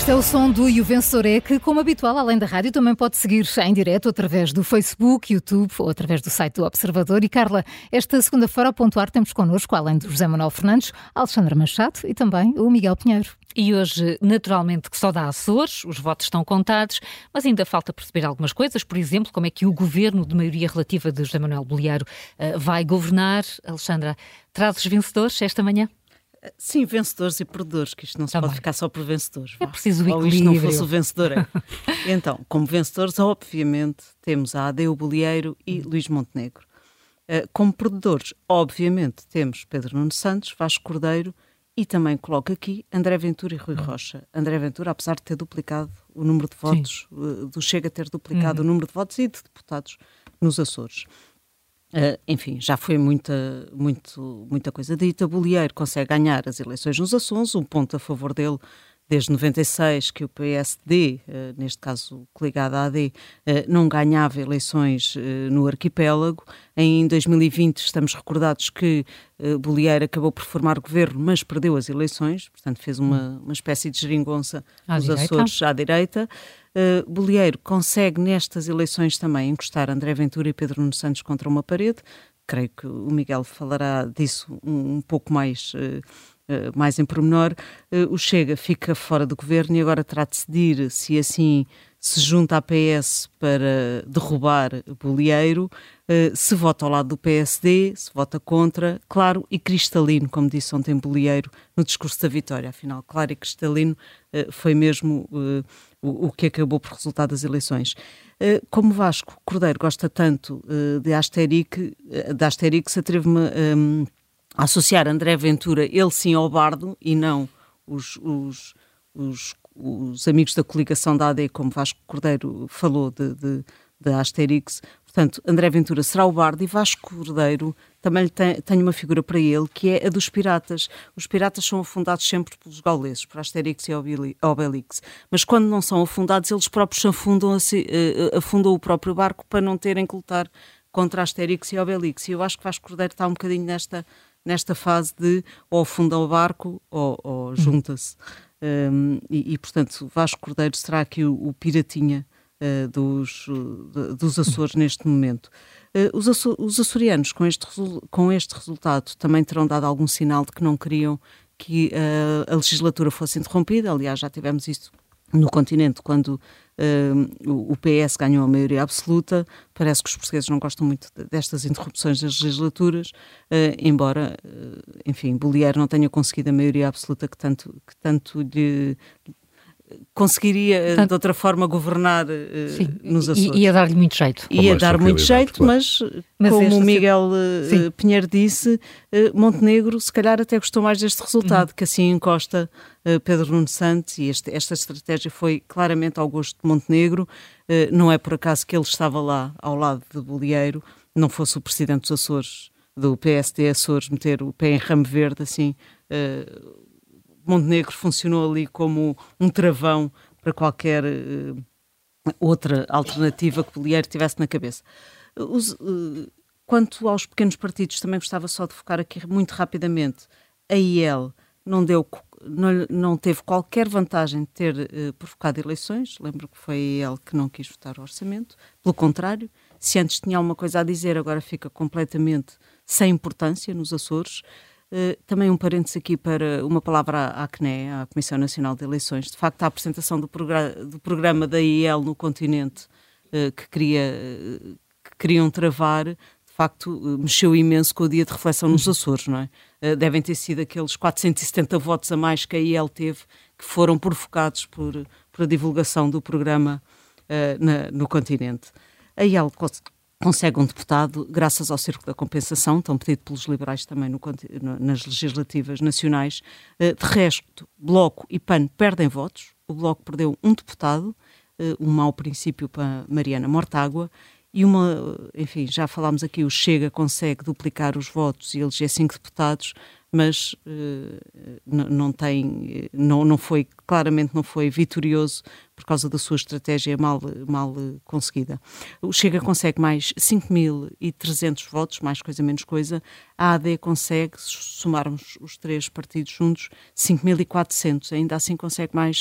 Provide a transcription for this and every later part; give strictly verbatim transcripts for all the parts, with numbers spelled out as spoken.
Este é o som do E o Vencedor é, que, como habitual, além da rádio, também pode seguir em direto através do Facebook, YouTube ou através do site do Observador. E, Carla, esta segunda-feira, ao pontuar, temos connosco, além do José Manuel Fernandes, Alexandra Machado e também o Miguel Pinheiro. E hoje, naturalmente, que só dá Açores, os votos estão contados, mas ainda falta perceber algumas coisas, por exemplo, como é que o governo de maioria relativa de José Manuel Bolieiro uh, vai governar. Alexandra, trazes vencedores esta manhã? Sim, vencedores e perdedores, que isto não se Também. pode ficar só por vencedores. É preciso o Ou equilíbrio. isto não fosse o vencedor. É. Então, como vencedores, obviamente, temos a Adeu Bolieiro e Luís Montenegro. Uh, como perdedores, obviamente, temos Pedro Nuno Santos, Vasco Cordeiro e também coloco aqui André Ventura e Rui Rocha. André Ventura, apesar de ter duplicado o número de votos, uh, do Chega ter duplicado uhum. o número de votos e de deputados nos Açores. Uh, enfim, já foi muita, muito, muita coisa dita. Bolieiro consegue ganhar as eleições nos Açores, um ponto a favor dele desde noventa e seis, que o P S D, uh, neste caso coligado à A D, uh, não ganhava eleições uh, no arquipélago. Em dois mil e vinte estamos recordados que uh, Bolieiro acabou por formar governo, mas perdeu as eleições, portanto fez uma, uma espécie de geringonça nos Açores à direita. Uh, Bolieiro consegue nestas eleições também encostar André Ventura e Pedro Nuno Santos contra uma parede. Creio que o Miguel falará disso um, um pouco mais, uh, uh, mais em pormenor. Uh, o Chega fica fora do governo e agora terá de decidir se assim se junta à P S para derrubar Bolieiro, uh, se vota ao lado do P S D, se vota contra, claro e cristalino, como disse ontem Bolieiro no discurso da vitória. Afinal, claro e cristalino uh, foi mesmo uh, o, o que acabou por resultar das eleições. Uh, como Vasco Cordeiro gosta tanto uh, de Asterix, uh, de Asterix atrevo-me um, a associar André Ventura, ele sim, ao bardo e não os... os, os os amigos da coligação da A D, como Vasco Cordeiro falou de, de, de Asterix. Portanto, André Ventura será o bardo e Vasco Cordeiro também tem, tem uma figura para ele, que é a dos piratas. Os piratas são afundados sempre pelos gauleses, por Asterix e Obelix. Mas quando não são afundados, eles próprios afundam, afundam o próprio barco para não terem que lutar contra Asterix e Obelix. E eu acho que Vasco Cordeiro está um bocadinho nesta, nesta fase de ou afunda o barco ou, ou junta-se. Um, e, e, portanto, Vasco Cordeiro será aqui o, o piratinha uh, dos, uh, dos Açores neste momento. Uh, os, aço- os açorianos, com este, resu- com este resultado, também terão dado algum sinal de que não queriam que uh, a legislatura fosse interrompida. Aliás, já tivemos isso no continente, quando uh, o, o P S ganhou a maioria absoluta. Parece que os portugueses não gostam muito destas interrupções das legislaturas, uh, embora, uh, enfim, Bolieiro não tenha conseguido a maioria absoluta que tanto, que tanto lhe conseguiria, Portanto, de outra forma, governar uh, sim, nos Açores. Ia dar-lhe muito jeito. Ia dar muito jeito, claro. mas, mas como o Miguel uh, Pinheiro disse, uh, Montenegro se calhar até gostou mais deste resultado, uhum. que assim encosta uh, Pedro Nuno Santos, e este, esta estratégia foi claramente ao gosto de Montenegro. Uh, não é por acaso que ele estava lá ao lado de Bolieiro, não fosse o presidente dos Açores, do P S D Açores, meter o pé em ramo verde, assim... Uh, Montenegro funcionou ali como um travão para qualquer uh, outra alternativa que Bolieiro tivesse na cabeça. Os, uh, quanto aos pequenos partidos, também gostava só de focar aqui muito rapidamente. A I E L não, deu, não, não teve qualquer vantagem de ter uh, provocado eleições. Lembro que foi a I E L que não quis votar o orçamento. Pelo contrário, se antes tinha alguma coisa a dizer, agora fica completamente sem importância nos Açores. Uh, também um parênteses aqui para uma palavra à, à C N E, à Comissão Nacional de Eleições. De facto, a apresentação do, progr- do programa da I E L no continente uh, que, queria, uh, que queriam travar, de facto, uh, mexeu imenso com o dia de reflexão nos Açores, não é? Uh, devem ter sido aqueles quatrocentos e setenta votos a mais que a I E L teve, que foram provocados por, por a divulgação do programa uh, na, no continente. A I E L consegue um deputado, graças ao Círculo da Compensação, tão pedido pelos liberais também no, nas legislativas nacionais. De resto, Bloco e P A N perdem votos. O Bloco perdeu um deputado, um mau princípio para Mariana Mortágua, e uma, enfim, já falámos aqui, o Chega consegue duplicar os votos e eleger cinco deputados, mas uh, n- não tem, não, não foi, claramente não foi vitorioso por causa da sua estratégia mal, mal conseguida. O Chega consegue mais cinco mil e trezentos votos, mais coisa menos coisa. A AD consegue, se somarmos os três partidos juntos, cinco mil e quatrocentos. Ainda assim consegue mais,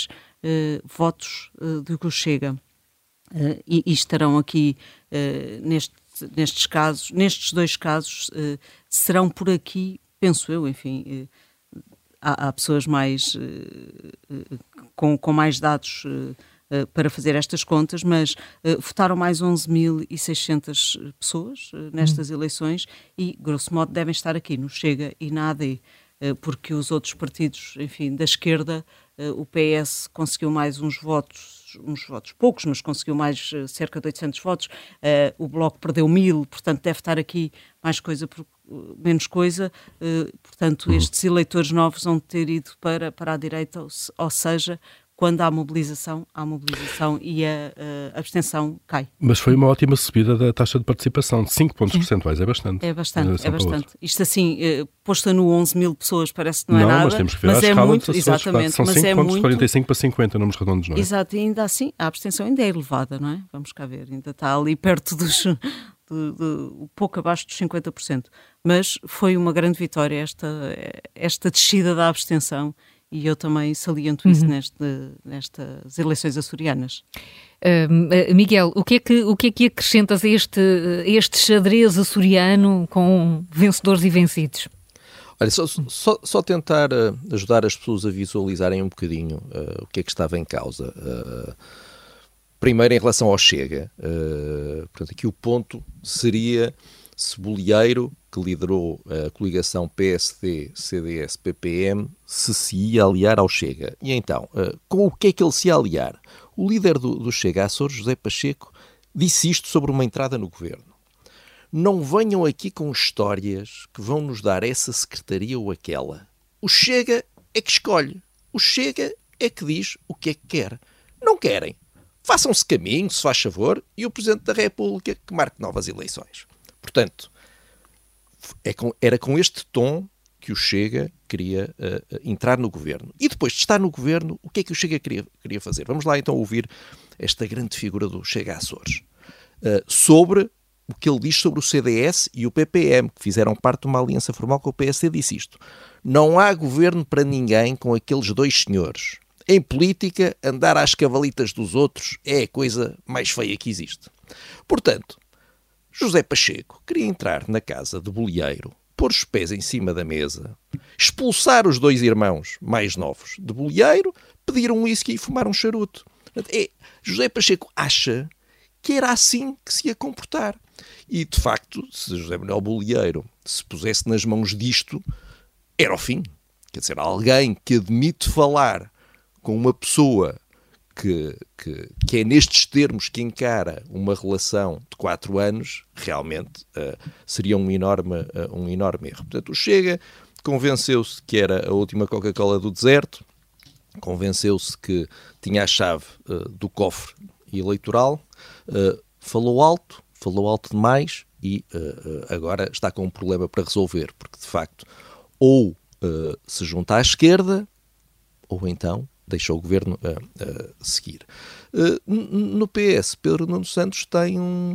uh, votos uh, do que o Chega. Uh, e, e estarão aqui uh, neste, nestes casos, nestes dois casos, uh, serão por aqui, penso eu, enfim, uh, há, há pessoas mais, uh, uh, com, com mais dados uh, uh, para fazer estas contas, mas uh, votaram mais onze mil e seiscentas pessoas uh, nestas hum. eleições e, grosso modo, devem estar aqui no Chega e na A D, uh, porque os outros partidos, enfim, da esquerda, uh, o P S conseguiu mais uns votos, uns votos poucos, mas conseguiu mais uh, cerca de oitocentos votos, uh, o Bloco perdeu mil, portanto deve estar aqui mais coisa por uh, menos coisa, uh, portanto uhum. estes eleitores novos vão ter ido para, para a direita, ou, se, ou seja, quando há mobilização, há mobilização e a, a abstenção cai. Mas foi uma ótima subida da taxa de participação, de cinco pontos percentuais, é bastante. É bastante, é bastante. Isto assim, eh, posto no onze mil pessoas parece que não é não, nada, mas temos que ver mas a é escala muito, de exatamente, são mas cinco é pontos, muito... quarenta e cinco para cinquenta, números redondos, não é? Exato, e ainda assim, a abstenção ainda é elevada, não é? Vamos cá ver, ainda está ali perto dos... De, de, pouco abaixo dos cinquenta por cento. Mas foi uma grande vitória esta, esta descida da abstenção e eu também saliento isso uhum. neste, nestas eleições açorianas. Uh, Miguel, o que, é que, o que é que acrescentas a este, a este xadrez açoriano com vencedores e vencidos? Olha, só, só, só tentar uh, ajudar as pessoas a visualizarem um bocadinho uh, o que é que estava em causa. Uh, Primeiro, em relação ao Chega, uh, portanto, aqui o ponto seria se Bolieiro, que liderou a coligação P S D, C D S, P P M, se se ia aliar ao Chega. E então, uh, com o que é que ele se ia aliar? O líder do, do Chega, Açores, José Pacheco, disse isto sobre uma entrada no governo. Não venham aqui com histórias que vão nos dar essa secretaria ou aquela. O Chega é que escolhe. O Chega é que diz o que é que quer. Não querem. Façam-se caminho, se faz favor, e o Presidente da República que marque novas eleições. Portanto, é com, era com este tom que o Chega queria uh, entrar no governo. E depois de estar no governo, o que é que o Chega queria, queria fazer? Vamos lá então ouvir esta grande figura do Chega Açores. Uh, sobre o que ele diz sobre o C D S e o P P M, que fizeram parte de uma aliança formal com o P S D, disse isto. Não há governo para ninguém com aqueles dois senhores. Em política, andar às cavalitas dos outros é a coisa mais feia que existe. Portanto, José Pacheco queria entrar na casa de Bolieiro, pôr os pés em cima da mesa, expulsar os dois irmãos mais novos de Bolieiro, pedir um whisky e fumar um charuto. É, José Pacheco acha que era assim que se ia comportar. E, de facto, se José Manuel Bolieiro se pusesse nas mãos disto, era o fim. Quer dizer, alguém que admite falar com uma pessoa que, que, que é nestes termos que encara uma relação de quatro anos, realmente uh, seria um enorme, uh, um enorme erro. Portanto, o Chega convenceu-se que era a última Coca-Cola do deserto, convenceu-se que tinha a chave uh, do cofre eleitoral, uh, falou alto, falou alto demais e uh, agora está com um problema para resolver, porque de facto ou uh, se junta à esquerda ou então deixou o governo uh, uh, seguir. Uh, no P S, Pedro Nuno Santos tem um,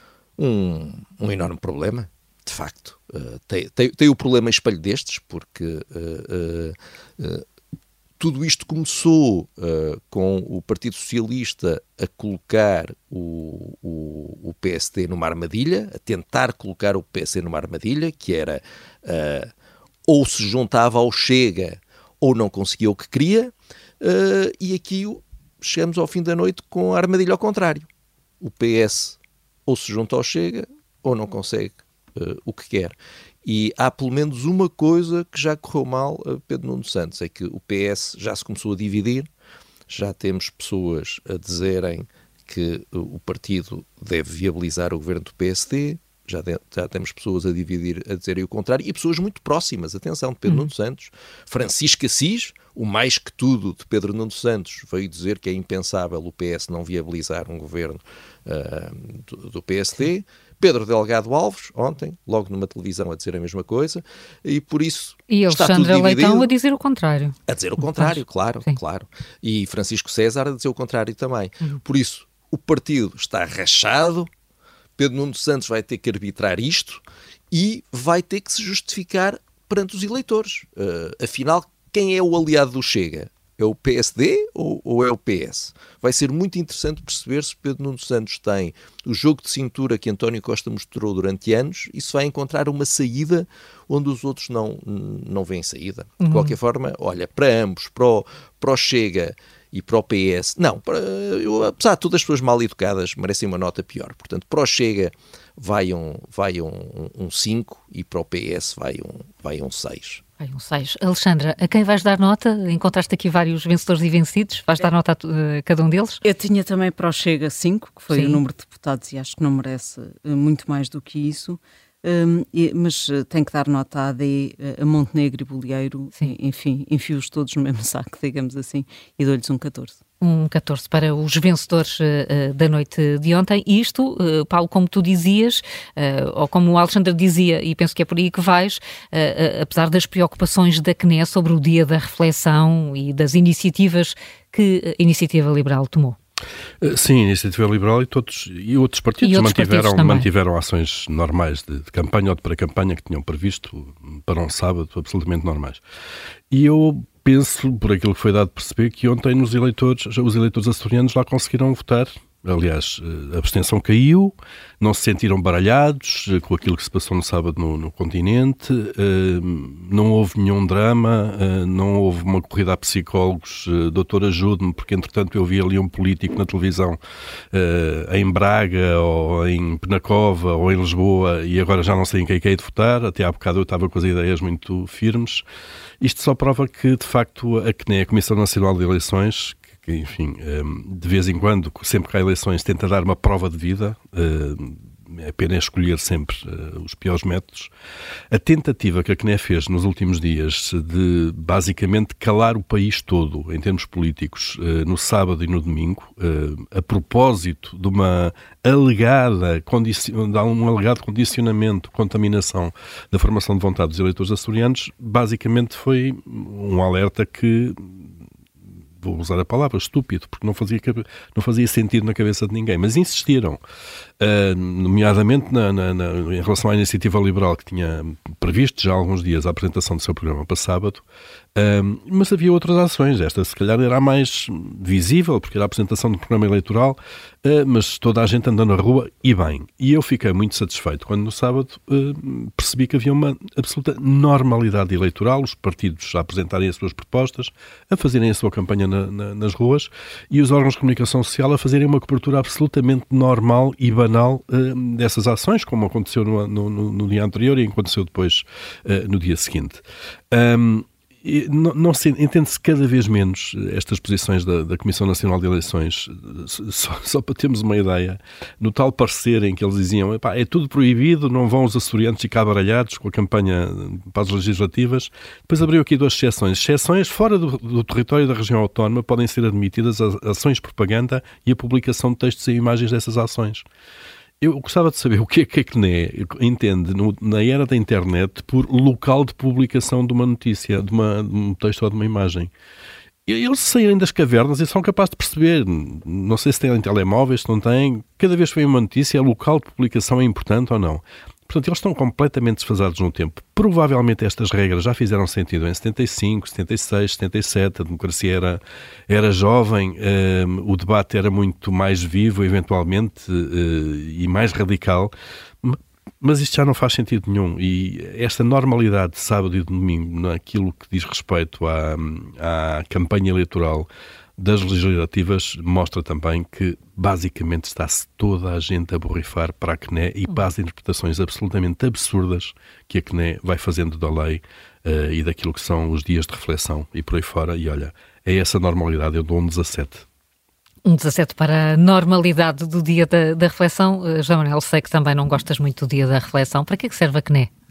um, um enorme problema, de facto. Uh, tem, tem, tem o problema espelho destes, porque uh, uh, uh, tudo isto começou uh, com o Partido Socialista a colocar o, o, o P S D numa armadilha, a tentar colocar o P S D numa armadilha, que era uh, ou se juntava ao Chega ou não conseguia o que queria. Uh, e aqui chegamos ao fim da noite com a armadilha ao contrário. O P S ou se junta ao Chega ou não consegue uh, o que quer. E há pelo menos uma coisa que já correu mal a Pedro Nuno Santos, é que o P S já se começou a dividir, já temos pessoas a dizerem que o partido deve viabilizar o governo do P S D, Já, de, já temos pessoas a dividir, a dizerem o contrário, e pessoas muito próximas, atenção, de Pedro hum. Nuno Santos. Francisco Assis, o mais que tudo de Pedro Nuno Santos, veio dizer que é impensável o P S não viabilizar um governo uh, do, do P S D. Pedro Delgado Alves, ontem, logo numa televisão, a dizer a mesma coisa, e por isso e está tudo dividido. E Alexandre Leitão a dizer o contrário. A dizer o contrário, claro, Sim. claro. E Francisco César a dizer o contrário também. Hum. Por isso, o partido está rachado. Pedro Nuno Santos vai ter que arbitrar isto e vai ter que se justificar perante os eleitores. Uh, afinal, quem é o aliado do Chega? É É o P S D ou, ou é o P S? Vai ser muito interessante perceber se Pedro Nuno Santos tem o jogo de cintura que António Costa mostrou durante anos e se vai encontrar uma saída onde os outros não, não veem saída. De Uhum. qualquer forma, olha, para ambos, para o, para o Chega e para o P S, não, para, eu, apesar de todas as pessoas mal educadas, merecem uma nota pior. Portanto, para o Chega vai um vai um cinco um, um e para o P S vai um, vai um seis. Vai um seis. Alexandra, a quem vais dar nota? Encontraste aqui vários vencedores e vencidos. Vais dar nota a, a cada um deles? Eu tinha também para o Chega cinco, que foi Sim. o número de deputados, e acho que não merece muito mais do que isso. Um, e, mas tem que dar nota a A D, a Montenegro e Bolieiro, Sim. enfim, enfio-os todos no mesmo saco, digamos assim, e dou-lhes um catorze. Um catorze para os vencedores uh, da noite de ontem. E isto, uh, Paulo, como tu dizias, uh, ou como o Alexandre dizia, e penso que é por aí que vais, uh, uh, apesar das preocupações da C N E sobre o dia da reflexão e das iniciativas que a Iniciativa Liberal tomou. Sim, a Iniciativa Liberal e, todos, e outros partidos e outros mantiveram, partidos mantiveram ações normais de, de campanha ou de pré-campanha que tinham previsto para um sábado, absolutamente normais. E eu penso, por aquilo que foi dado a perceber, que ontem nos eleitores, os eleitores açorianos lá conseguiram votar. Aliás, a abstenção caiu, não se sentiram baralhados com aquilo que se passou no sábado no, no continente, não houve nenhum drama, não houve uma corrida a psicólogos, doutor ajude-me, porque entretanto eu vi ali um político na televisão em Braga, ou em Penacova, ou em Lisboa, e agora já não sei em quem é de votar, até há bocado eu estava com as ideias muito firmes. Isto só prova que, de facto, a C N E, a Comissão Nacional de Eleições, que, enfim, de vez em quando, sempre que há eleições, tenta dar uma prova de vida, é apenas escolher sempre os piores métodos. A tentativa que a C N E fez nos últimos dias de, basicamente, calar o país todo, em termos políticos, no sábado e no domingo, a propósito de uma alegada, de um alegado condicionamento, contaminação da formação de vontade dos eleitores açorianos, basicamente foi um alerta que, vou usar a palavra, estúpido, porque não fazia, não fazia sentido na cabeça de ninguém, mas insistiram, uh, nomeadamente na, na, na, em relação à Iniciativa Liberal, que tinha previsto já há alguns dias a apresentação do seu programa para sábado, uh, mas havia outras ações. Esta, se calhar, era a mais visível, porque era a apresentação do programa eleitoral, uh, mas toda a gente andando na rua, e bem. E eu fiquei muito satisfeito quando, no sábado, uh, percebi que havia uma absoluta normalidade eleitoral, os partidos a apresentarem as suas propostas, a fazerem a sua campanha Na, na, nas ruas, e os órgãos de comunicação social a fazerem uma cobertura absolutamente normal e banal uh, dessas ações, como aconteceu no, no, no dia anterior e aconteceu depois uh, no dia seguinte. Um, Não, não se, entende-se cada vez menos estas posições da, da Comissão Nacional de Eleições, só, só para termos uma ideia, no tal parecer em que eles diziam, epá, é tudo proibido, não vão os açorianos ficar baralhados com a campanha para as legislativas. Depois abriu aqui duas exceções. Exceções fora do, do território da região autónoma podem ser admitidas as ações de propaganda e a publicação de textos e imagens dessas ações. Eu gostava de saber o que é que a C N E entende no, na era da internet por local de publicação de uma notícia, de, uma, de um texto ou de uma imagem. Eles saírem das cavernas e são capazes de perceber, não sei se têm telemóveis, se não têm, cada vez que vem uma notícia, o local de publicação é importante ou não. Portanto, eles estão completamente desfasados no tempo. Provavelmente estas regras já fizeram sentido em setenta e cinco, setenta e seis, setenta e sete, a democracia era, era jovem, um, o debate era muito mais vivo, eventualmente, uh, e mais radical, mas isto já não faz sentido nenhum. E esta normalidade de sábado e de domingo, naquilo que diz respeito à, à campanha eleitoral das legislativas, mostra também que basicamente está-se toda a gente a borrifar para a C N E e para as interpretações absolutamente absurdas que a C N E vai fazendo da lei uh, e daquilo que são os dias de reflexão e por aí fora. E olha, é essa normalidade, eu dou um dezassete. Um dezassete para a normalidade do dia da, da reflexão. Uh, João Manuel, sei que também não gostas muito do dia da reflexão. Para que é que serve a C N E?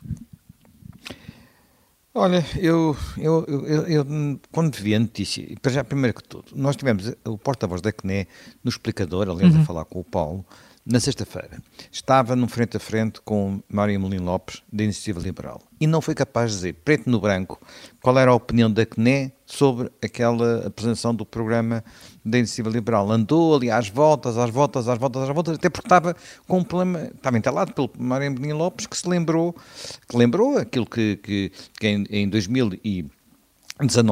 Olha, eu, eu, eu, eu quando vi a notícia, para já, primeiro que tudo, nós tivemos o porta-voz da C N E no explicador, aliás, uhum. a falar com o Paulo, na sexta-feira. Estava no frente a frente com Mário Amelino Lopes, da Iniciativa Liberal, e não foi capaz de dizer, preto no branco, qual era a opinião da C N E sobre aquela apresentação do programa da Iniciativa Liberal. Andou ali às voltas, às voltas, às voltas, às voltas, até porque estava com um problema, estava entalado pelo Mário Amelino Lopes, que se lembrou, que lembrou aquilo que, que, que em, em dois mil e dezanove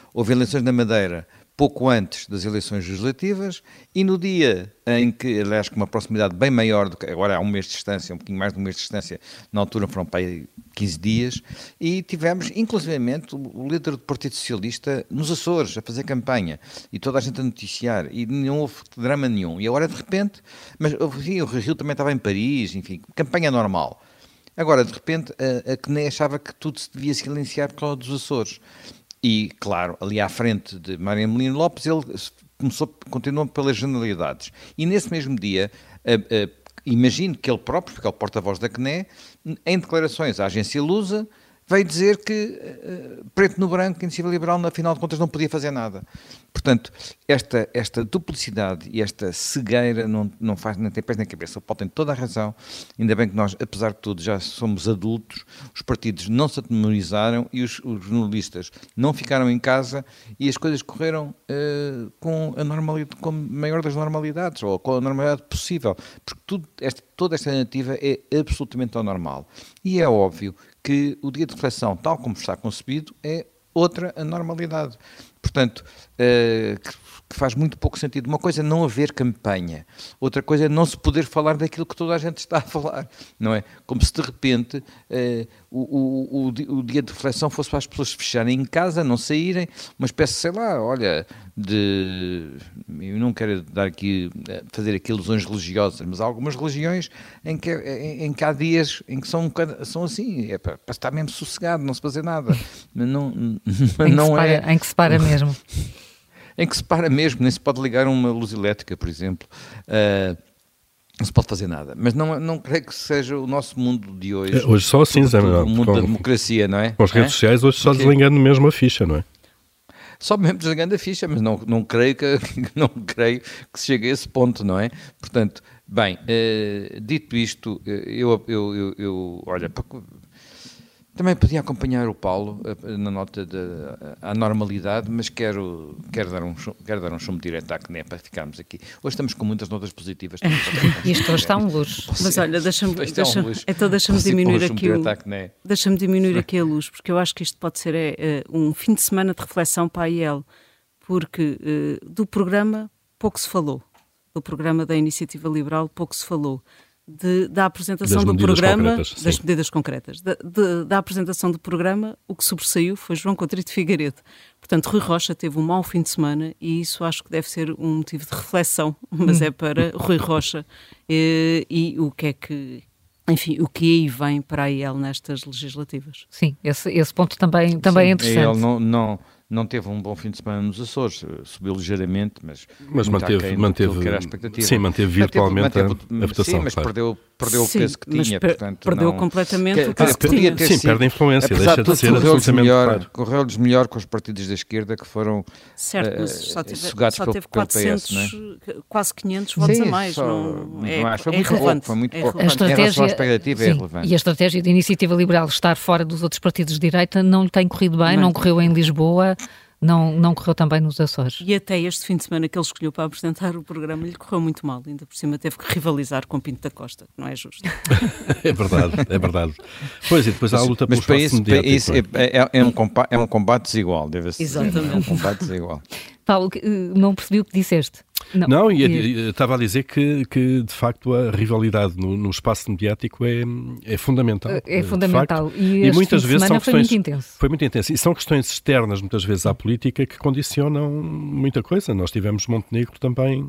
houve eleições na Madeira pouco antes das eleições legislativas e no dia em que, aliás, com uma proximidade bem maior do que agora há um mês de distância, um pouquinho mais de um mês de distância, na altura foram para aí quinze dias, e tivemos, inclusivamente, o líder do Partido Socialista nos Açores a fazer campanha e toda a gente a noticiar e não houve drama nenhum. E agora, de repente, mas enfim, o Rio também estava em Paris, enfim, campanha normal. Agora, de repente, a, a C N E achava que tudo se devia silenciar por causa dos Açores. E, claro, ali à frente de Mário Amelino Lopes, ele começou, continuou pelas generalidades. E nesse mesmo dia, uh, uh, imagino que ele próprio, porque é o porta-voz da C N E, em declarações à agência Lusa, veio dizer que uh, preto no branco, iniciativa liberal, na final de contas, não podia fazer nada. Portanto, esta, esta duplicidade e esta cegueira não, não faz nem tem pés nem cabeça. O Paulo tem toda a razão. Ainda bem que nós, apesar de tudo, já somos adultos, os partidos não se atemorizaram e os, os jornalistas não ficaram em casa e as coisas correram uh, com a normalidade, com a maior das normalidades, ou com a normalidade possível. Porque tudo, esta, toda esta narrativa é absolutamente anormal. E é óbvio que o dia de reflexão, tal como está concebido, é outra anormalidade. Portanto, uh, que, que faz muito pouco sentido. Uma coisa é não haver campanha, outra coisa é não se poder falar daquilo que toda a gente está a falar, não é? Como se de repente uh, o, o, o, o dia de reflexão fosse para as pessoas se fecharem em casa, não saírem, uma espécie, sei lá, olha, de... eu não quero dar aqui, fazer aqui ilusões religiosas, mas há algumas religiões em que, em, em que há dias em que são, são assim, é para, para estar mesmo sossegado, não se fazer nada. Não, não é... para, em que se para mesmo. Em que se para mesmo, nem se pode ligar uma luz elétrica, por exemplo. Uh, não se pode fazer nada. Mas não, não creio que seja o nosso mundo de hoje. É, hoje só assim, Zé Manuel. O mundo com, da democracia, não é? Com as redes é? sociais, hoje só Porque... desligando mesmo a ficha, não é? Só mesmo desligando a ficha, mas não, não, creio que, não creio que se chegue a esse ponto, não é? Portanto, bem, uh, dito isto, eu, eu, eu, eu olha... Também podia acompanhar o Paulo na nota da normalidade, mas quero, quero, dar um, quero dar um chumbo direto à C N E para ficarmos aqui. Hoje estamos com muitas notas positivas. Isto hoje está um luxo. Mas olha, deixa-me deixa, um então deixa-me diminuir, aqui o, deixa diminuir aqui a luz, porque eu acho que isto pode ser é, um fim de semana de reflexão para a I E L, porque uh, do programa pouco se falou, do programa da Iniciativa Liberal pouco se falou. De, da apresentação do programa, das medidas concretas, da, de, da apresentação do programa, o que sobressaiu foi João Coutinho de Figueiredo. Portanto, Rui Rocha teve um mau fim de semana e isso acho que deve ser um motivo de reflexão, mas hum. é para Rui Rocha e, e o que é que, enfim, o que aí vem para a I E L nestas legislativas. Sim, esse, esse ponto também, também Sim, é interessante. A I E L não... não... Não teve um bom fim de semana nos Açores, subiu ligeiramente, mas, mas manteve, manteve, que era a expectativa. Sim, manteve virtualmente manteve, manteve, a, a votação. Sim, mas claro. perdeu, perdeu sim, o peso que tinha. Per, portanto, perdeu não, completamente que, o peso que, que tinha. Sim, sido, perde a influência, apesar deixa de, de ser correu-lhes melhor, claro. correu-lhes melhor com os partidos da esquerda que foram certo, uh, só teve, sugados só pelo, teve pelo quatrocentos, P S, não é? quase quinhentos votos sim, a mais. Só, não, é, mais, foi é muito relevante. Pouco, foi muito é pouco. A estratégia, em relação à expectativa sim, é relevante. E a estratégia da Iniciativa Liberal estar fora dos outros partidos de direita não lhe tem corrido bem, não, não correu em Lisboa. Não, não correu também nos Açores. E até este fim de semana que ele escolheu para apresentar o programa lhe correu muito mal. Ainda por cima teve que rivalizar com Pinto da Costa, que não é justo. É verdade, é verdade. Pois, e depois há a luta mas, pelo mas espaço para isso, mediático. É, é, é, um combate, é um combate desigual, deve-se Exatamente. dizer. É um combate desigual. Paulo, não percebi o que disseste. Não, não e, e, estava a dizer que, que de facto a rivalidade no, no espaço mediático é, é fundamental. É fundamental. E, e muitas vezes são foi questões, muito intenso. Foi muito intenso. E são questões externas, muitas vezes, à política que condicionam muita coisa. Nós tivemos Montenegro também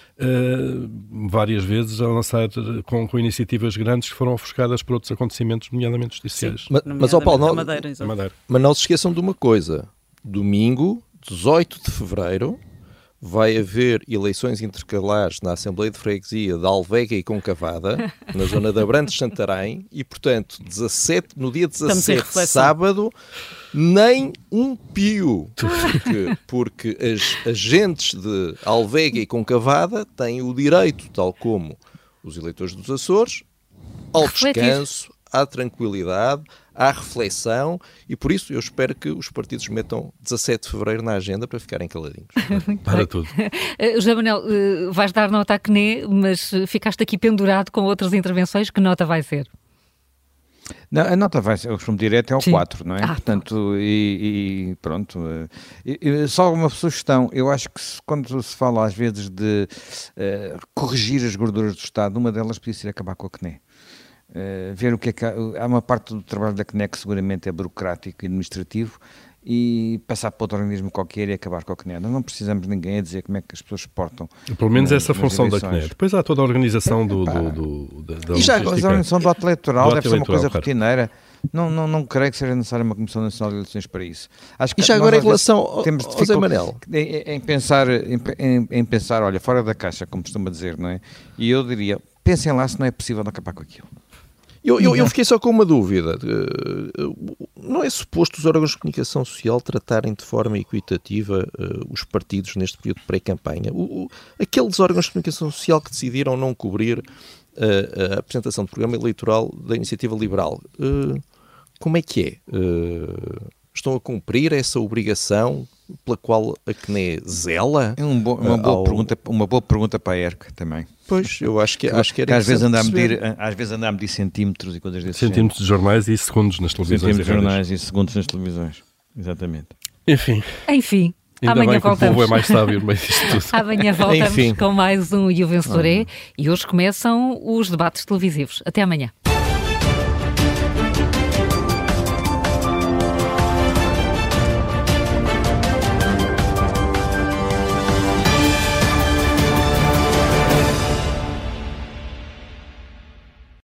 uh, várias vezes a lançar com, com iniciativas grandes que foram ofuscadas por outros acontecimentos, nomeadamente judiciais. Sim, mas, mas ao Paulo, não, Madeira, Madeira. Mas não se esqueçam de uma coisa. Domingo, dezoito de fevereiro, vai haver eleições intercalares na Assembleia de Freguesia de Alvega e Concavada, na zona de Abrantes Santarém, e, portanto, dezassete, no dia dezassete, sábado, nem um pio, porque, porque as agentes de Alvega e Concavada têm o direito, tal como os eleitores dos Açores, ao refletir. Descanso, à tranquilidade, à reflexão, e por isso eu espero que os partidos metam dezassete de fevereiro na agenda para ficarem caladinhos. Para tudo. Uh, José Manuel, uh, vais dar nota à C N E, mas ficaste aqui pendurado com outras intervenções. Que nota vai ser? Não, a nota vai ser, eu costumo direto, é o Sim. quatro, não é? Ah, Portanto, e, e pronto. E, e só uma sugestão, eu acho que se, quando se fala às vezes de uh, corrigir as gorduras do Estado, uma delas podia ser acabar com a C N E. Uh, ver o que é que há, há uma parte do trabalho da C N E que seguramente é burocrático e administrativo, e passar para outro organismo qualquer e acabar com a C N E. Nós não precisamos de ninguém a dizer como é que as pessoas se portam. Pelo menos nas, essa função nas da C N E. Depois há toda a organização do, Epá. do, do, da, da E já a organização do ato eleitoral Do ato deve ser uma eleitoral, coisa claro. rotineira. Não, não, não creio que seja necessária uma Comissão Nacional de Eleições para isso. Acho que E já nós, agora em às vezes, relação ao, temos ao Zé dificuldade Manel. em, em pensar, em, em, em pensar, olha, fora da caixa, como costuma dizer, não é? E eu diria, pensem lá se não é possível não acabar com aquilo. Eu, eu, eu fiquei só com uma dúvida. Não é suposto os órgãos de comunicação social tratarem de forma equitativa uh, os partidos neste período de pré-campanha? O, o, aqueles órgãos de comunicação social que decidiram não cobrir uh, a apresentação do programa eleitoral da Iniciativa Liberal, uh, como é que é? Uh, estão a cumprir essa obrigação pela qual a C N E zela? É um bo, uma, boa ao... pergunta, uma boa pergunta para a E R C também. Pois, eu acho que, acho que era que às vezes anda a medir, perceber. às vezes anda a medir centímetros e coisas desse Centímetros de jornais e segundos nas género. televisões. Centímetros de e rádios. jornais e segundos nas televisões. Exatamente. Enfim, Enfim, ainda amanhã bem que voltamos. o povo é mais sábio no meio disto tudo. Amanhã voltamos Enfim. com mais um E o Vencedor é. E hoje começam os debates televisivos. Até amanhã.